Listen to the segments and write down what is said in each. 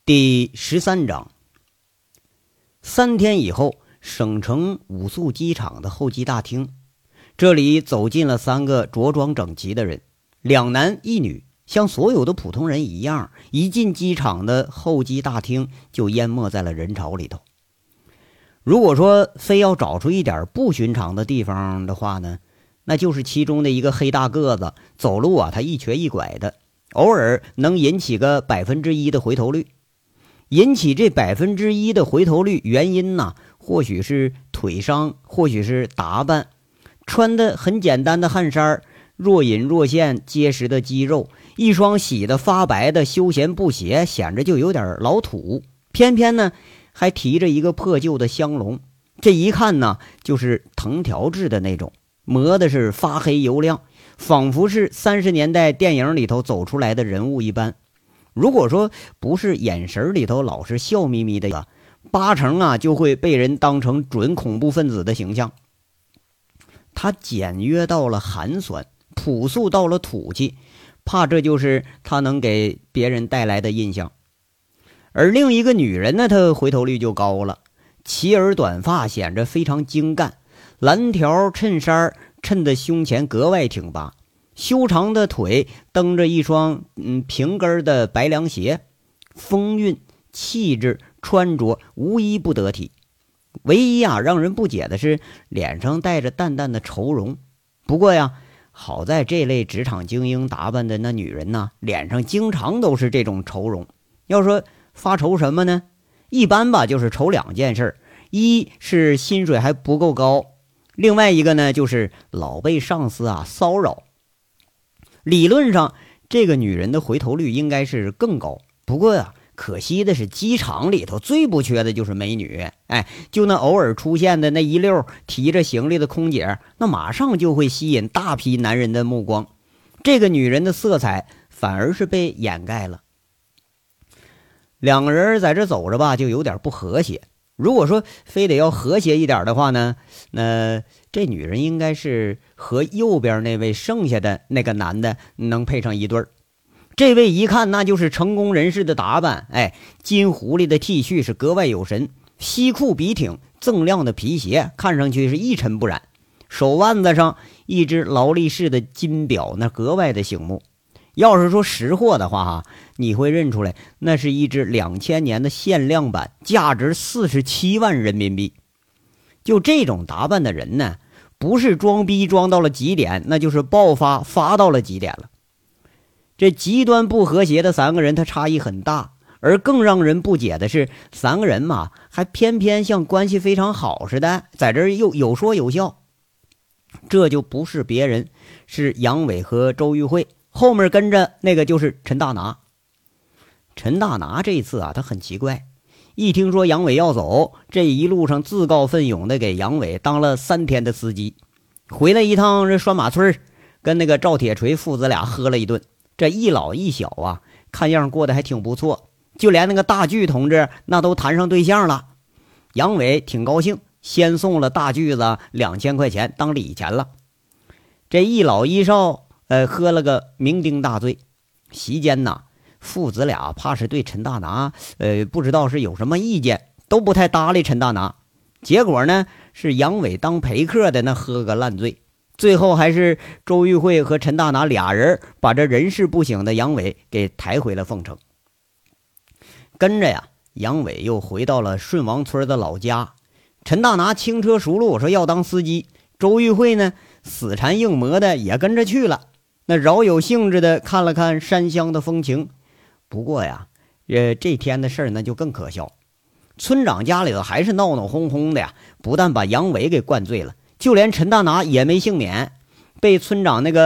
第13章。3天以后，省城五宿机场的候机大厅，这里走进了3个着装整齐的人，2男1女，像所有的普通人一样，一进机场的候机大厅就淹没在了人潮里头。如果说非要找出一点不寻常的地方的话呢，那就是其中的一个黑大个子，走路他一瘸一拐的，偶尔能引起个1%的回头率。引起这1%的回头率原因呢，或许是腿伤，或许是打扮，穿的很简单的汗衫，若隐若现结实的肌肉，一双洗得发白的休闲布鞋，显着就有点老土，偏偏呢还提着一个破旧的香笼，这一看呢就是藤条制的那种，磨的是发黑油亮，仿佛是30年代电影里头走出来的人物一般。如果说不是眼神里头老是笑眯眯的，8成就会被人当成准恐怖分子的形象。他简约到了寒酸，朴素到了土气，怕这就是他能给别人带来的印象。而另一个女人呢，她回头率就高了，齐耳短发显着非常精干，蓝条衬衫衬得胸前格外挺拔，修长的腿蹬着一双平跟的白凉鞋，风韵气质穿着无一不得体。唯一让人不解的是脸上带着淡淡的愁容。不过好在这类职场精英打扮的那女人呢，脸上经常都是这种愁容。要说发愁什么呢？一般就是愁2件事，一是薪水还不够高，另外一个呢就是老被上司骚扰。理论上这个女人的回头率应该是更高，不过可惜的是机场里头最不缺的就是美女。就那偶尔出现的那一溜提着行李的空姐，那马上就会吸引大批男人的目光，这个女人的色彩反而是被掩盖了。2个人在这走着就有点不和谐。如果说非得要和谐一点的话呢，那这女人应该是和右边那位剩下的那个男的能配上一对儿。这位一看那就是成功人士的打扮，金狐狸的 T 恤是格外有神，西裤笔挺，锃亮的皮鞋看上去是一尘不染，手腕子上一只劳力士的金表，那格外的醒目。要是说识货的话你会认出来那是一只2000年的限量版，价值47万人民币。就这种打扮的人呢，不是装逼装到了极点，那就是爆发到了极点了。这极端不和谐的3个人，他差异很大，而更让人不解的是3个人还偏偏像关系非常好似的，在这儿又有说有笑。这就不是别人，是杨伟和周玉慧，后面跟着那个就是陈大拿。陈大拿这次他很奇怪，一听说杨伟要走，这一路上自告奋勇的给杨伟当了3天的司机，回来一趟这拴马村，跟那个赵铁锤父子俩喝了一顿。这一老一小看样过得还挺不错，就连那个大巨同志那都谈上对象了。杨伟挺高兴，先送了大巨子2000块钱当礼钱了。这一老一少喝了个酩酊大醉。席间父子俩怕是对陈大拿不知道是有什么意见，都不太搭理陈大拿。结果呢是杨伟当陪客的那喝个烂醉，最后还是周玉慧和陈大拿俩人把这人事不省的杨伟给抬回了凤城。跟着杨伟又回到了顺王村的老家。陈大拿轻车熟路说要当司机，周玉慧呢死缠硬磨的也跟着去了，那饶有兴致的看了看山乡的风情。不过这天的事那就更可笑，村长家里头还是闹闹哄哄的不但把杨伟给灌醉了，就连陈大拿也没幸免，被村长那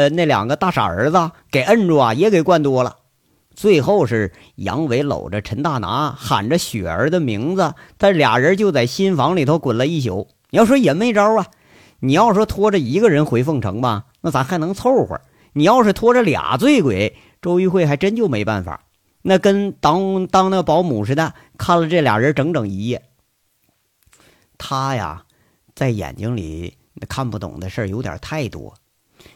2个大傻儿子给摁住也给灌多了。最后是杨伟搂着陈大拿喊着雪儿的名字，他俩人就在新房里头滚了一宿。你要说也没招你要说拖着一个人回凤城吧，那咱还能凑合，你要是拖着俩醉鬼，周玉慧还真就没办法，那跟当那个保姆似的，看了这俩人整整一夜。他在眼睛里看不懂的事儿有点太多。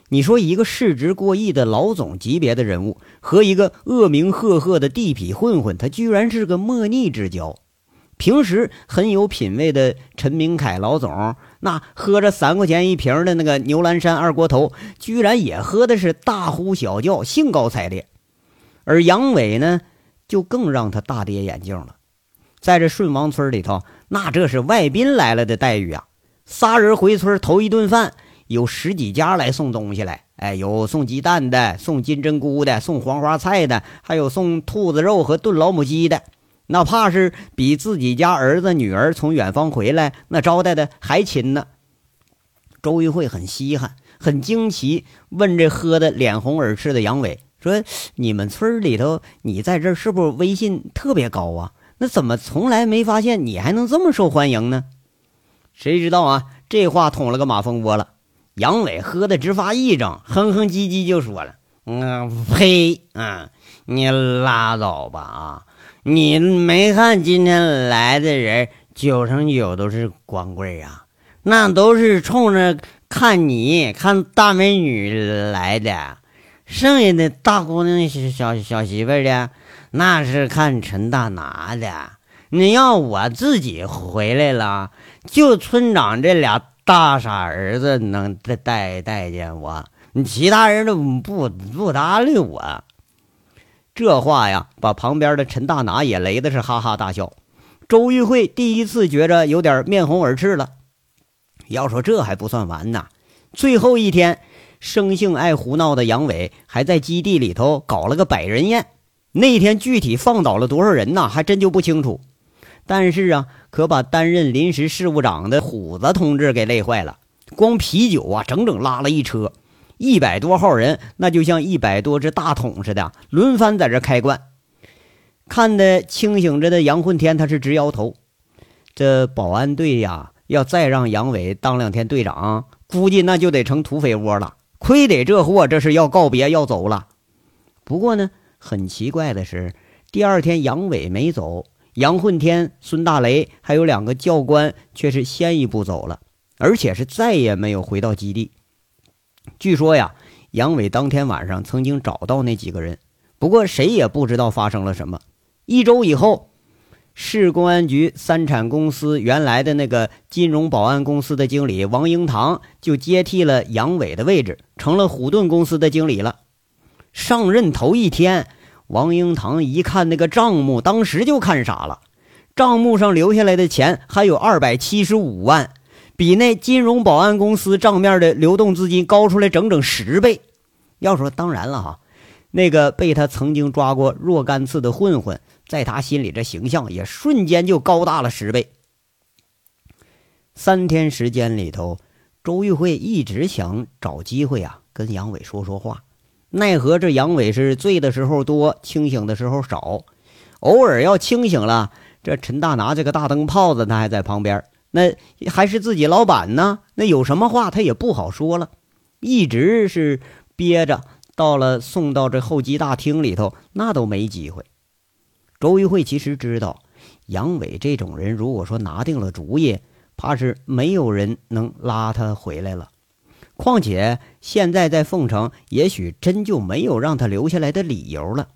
你说一个市值过亿的老总级别的人物和一个恶名赫赫的地痞混混，他居然是个莫逆之交。平时很有品位的陈明凯老总，那喝着3块钱一瓶的那个牛栏山二锅头，居然也喝的是大呼小叫，兴高采烈。而杨伟呢，就更让他大跌眼镜了。在这顺王村里头，那这是外宾来了的待遇啊！3人回村头一顿饭，有10几家来送东西来，有送鸡蛋的，送金针菇的，送黄花菜的，还有送兔子肉和炖老母鸡的。哪怕是比自己家儿子女儿从远方回来，那招待的还亲呢。周玉慧很稀罕，很惊奇，问这喝得脸红耳赤的杨伟说：“你们村里头，你在这儿是不是威信特别高啊？那怎么从来没发现你还能这么受欢迎呢？”谁知道啊，这话捅了个马蜂窝了。杨伟喝得直发癔症，哼哼唧唧就说了：“呸！你拉倒吧啊！你没看今天来的人9成9都是光棍啊，那都是冲着看你看大美女来的，剩下的大姑娘小媳妇的那是看陈大拿的。你要我自己回来了，就村长这俩大傻儿子能待见我，其他人都不搭理我。”这话呀，把旁边的陈大拿也雷的是哈哈大笑。周玉慧第一次觉着有点面红耳赤了。要说这还不算完呢，最后一天，生性爱胡闹的杨伟还在基地里头搞了个100人宴。那天具体放倒了多少人呢，还真就不清楚。但是啊，可把担任临时事务长的虎子同志给累坏了，光啤酒啊，整整拉了一车。100多号人，那就像100多只大桶似的，轮番在这开罐。看得清醒着的杨混天，他是直摇头。这保安队呀，要再让杨伟当2天队长，估计那就得成土匪窝了。亏得这货这是要告别要走了。不过呢，很奇怪的是，第2天杨伟没走，杨混天、孙大雷还有2个教官却是先一步走了，而且是再也没有回到基地。据说呀，杨伟当天晚上曾经找到那几个人，不过谁也不知道发生了什么。1周以后，市公安局3产公司原来的那个金融保安公司的经理王英堂就接替了杨伟的位置，成了虎盾公司的经理了。上任头1天，王英堂一看那个账目，当时就看傻了。账目上留下来的钱还有275万，比那金融保安公司账面的流动资金高出来整整10倍。要说当然了哈，那个被他曾经抓过若干次的混混，在他心里这形象也瞬间就高大了10倍。3天时间里头，周玉慧一直想找机会啊跟杨伟说说话，奈何这杨伟是醉的时候多，清醒的时候少。偶尔要清醒了，这陈大拿这个大灯泡子他还在旁边，那还是自己老板呢，那有什么话他也不好说了，一直是憋着，送到这候机大厅里头，那都没机会。周玉慧其实知道，杨伟这种人如果说拿定了主意，怕是没有人能拉他回来了。况且现在在凤城，也许真就没有让他留下来的理由了。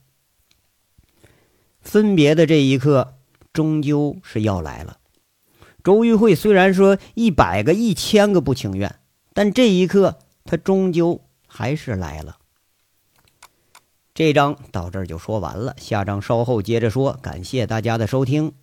分别的这一刻，终究是要来了。周玉慧虽然说100个1000个不情愿，但这一刻他终究还是来了。这章到这儿就说完了，下章稍后接着说。感谢大家的收听。